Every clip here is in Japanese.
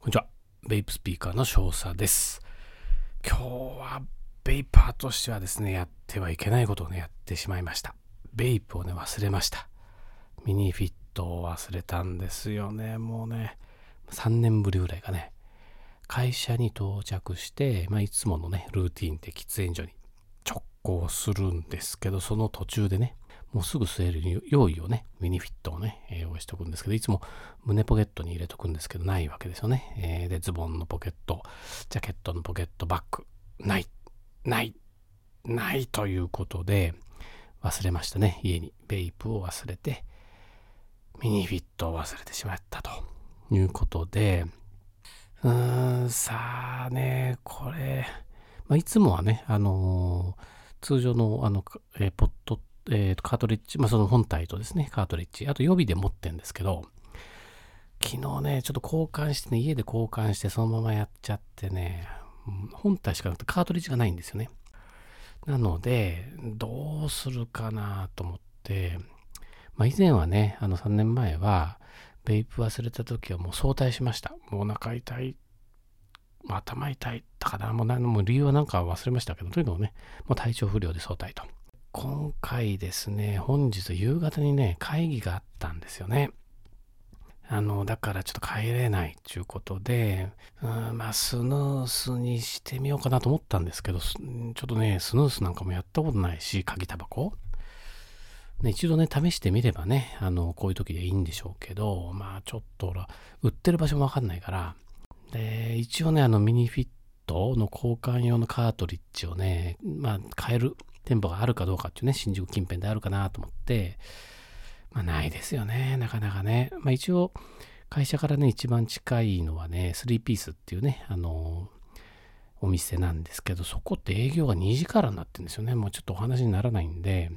こんにちは。ベイプスピーカーの翔太です。今日はベイパーとしてはですね、やってはいけないことをね、やってしまいました。ベイプをね、忘れました。ミニフィットを忘れたんですよね。もうね、3年ぶりぐらいかね。会社に到着して、いつものね、ルーティンで喫煙所に直行するんですけど、その途中でね、もうすぐ吸える用意をね、ミニフィットをね、用意しておくんですけど、いつも胸ポケットに入れとくんですけど、ないわけですよね。で、ズボンのポケット、ジャケットのポケット、バッグ、ないということで、忘れましたね。家にベイプを忘れて、ミニフィットを忘れてしまったということで、さあね、これ、いつもはね、通常のポット、カートリッジ、その本体とですね、カートリッジ、あと予備で持ってるんですけど、昨日ね、ちょっと交換してね、家で交換してそのままやっちゃってね、本体しかなくてカートリッジがないんですよね。なので、どうするかなと思って、以前はね、3年前は、ベイプ忘れた時はもう早退しました。もうお腹痛い、頭痛いったかな、もう理由はなんか忘れましたけど、とにかくね、もう体調不良で早退と。今回ですね、本日夕方にね、会議があったんですよね。だからちょっと帰れないっていうことで、スヌースにしてみようかなと思ったんですけど、ちょっとね、スヌースなんかもやったことないし、鍵タバコ。ね、一度ね、試してみればね、こういう時でいいんでしょうけど、ちょっと売ってる場所もわかんないから、で、一応ね、ミニフィットの交換用のカートリッジをね、買える店舗があるかどうかっていうね、新宿近辺であるかなと思って、ないですよね、なかなかね。一応、会社からね、一番近いのはね、スリーピースっていうね、お店なんですけど、そこって営業が2時からになってるんですよね。もうちょっとお話にならないんで、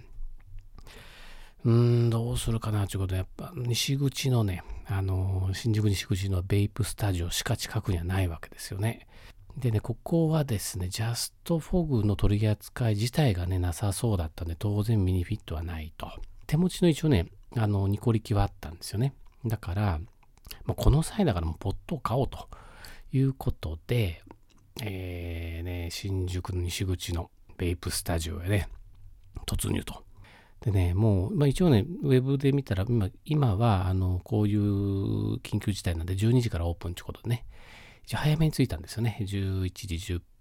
どうするかなということで、やっぱ西口のね、新宿西口のベイプスタジオしか近くにはないわけですよね。でね、ここはですね、ジャストフォグの取り扱い自体がね、なさそうだったんで、当然ミニフィットはないと。手持ちの一応ね、ニコリキはあったんですよね。だから、この際だからもうポットを買おうということで、新宿の西口のベイプスタジオへね、突入と。でね、もう、一応ね、ウェブで見たら、今は、こういう緊急事態なんで、12時からオープンということでね、一応早めに着いたんですよね。11時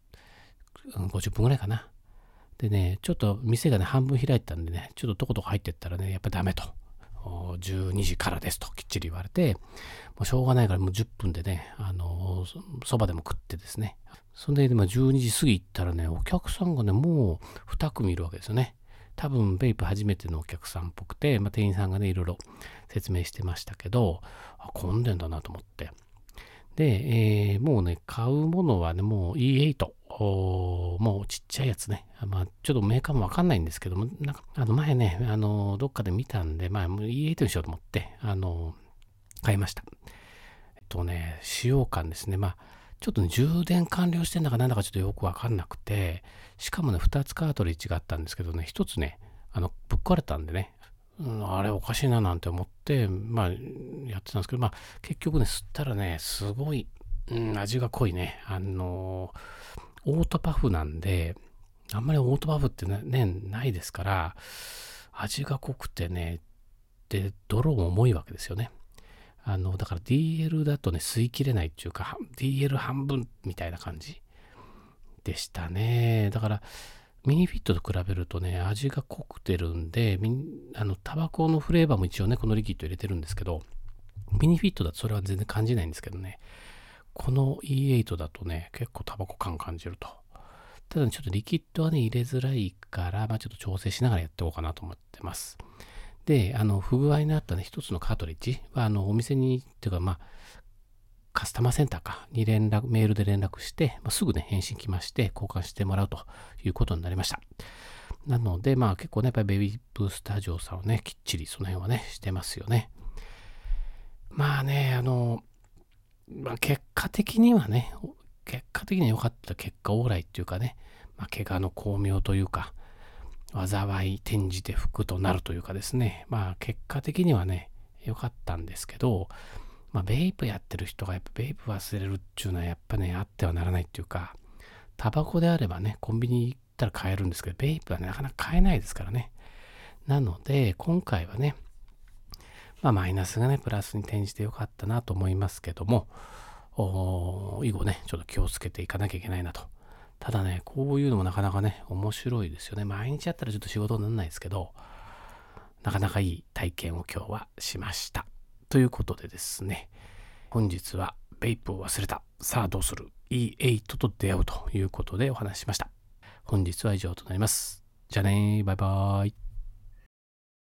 50分ぐらいかな。でね、ちょっと店がね、半分開いてたんでね、ちょっととことこ入ってったらね、やっぱダメと。12時からですときっちり言われて、もうしょうがないからもう10分でね、そばでも食ってですね。それで12時過ぎ行ったらね、お客さんがね、もう2組いるわけですよね。多分ベイプ初めてのお客さんっぽくて、店員さんがね、いろいろ説明してましたけど、混んでんだなと思って。で、もうね、買うものはね、もう E8、もうちっちゃいやつね。ちょっとメーカーもわかんないんですけども、前ね、どっかで見たんで、もう E8 にしようと思って、買いました。使用感ですね。ちょっとね、充電完了してんだかなんだかちょっとよくわかんなくて、しかもね、2つカートリッジがあったんですけどね、1つね、ぶっ壊れたんでね、あれおかしいななんて思って、やってたんですけど、結局ね、吸ったらね、すごい、味が濃いね。オートパフなんで、あんまりオートパフってね、ないですから、味が濃くてね、で、泥も重いわけですよね。だから DL だとね、吸い切れないっていうか、DL 半分みたいな感じでしたね。だから、ミニフィットと比べるとね、味が濃くてるんで、タバコのフレーバーも一応ね、このリキッド入れてるんですけど、ミニフィットだとそれは全然感じないんですけどね、この E8 だとね、結構タバコ感感じると。ただね、ちょっとリキッドはね、入れづらいから、ちょっと調整しながらやっていこうかなと思ってます。で、不具合になったね、一つのカートリッジは、お店に、っていうか、カスタマーセンターにメールで連絡して、すぐね、返信来まして、交換してもらうということになりました。なので、結構ね、やっぱりベビープスタジオさんをね、きっちりその辺はね、してますよね。結果的には良かった結果オーライっていうかね、怪我の巧妙というか、災い転じて福となるというかですね、結果的にはね、良かったんですけど、 ベイプやってる人がやっぱベイプ忘れるっていうのはやっぱね、あってはならないっていうか、タバコであればね、コンビニ行ったら買えるんですけど、ベイプはね、なかなか買えないですからね。なので、今回はね、マイナスがね、プラスに転じてよかったなと思いますけども、以後ね、ちょっと気をつけていかなきゃいけないなと。ただね、こういうのもなかなかね、面白いですよね。毎日やったらちょっと仕事にならないですけど、なかなかいい体験を今日はしました。ということでですね、本日はベイプを忘れた。さあどうする？ E8 と出会うということでお話ししました。本日は以上となります。じゃあねー、バイバーイ。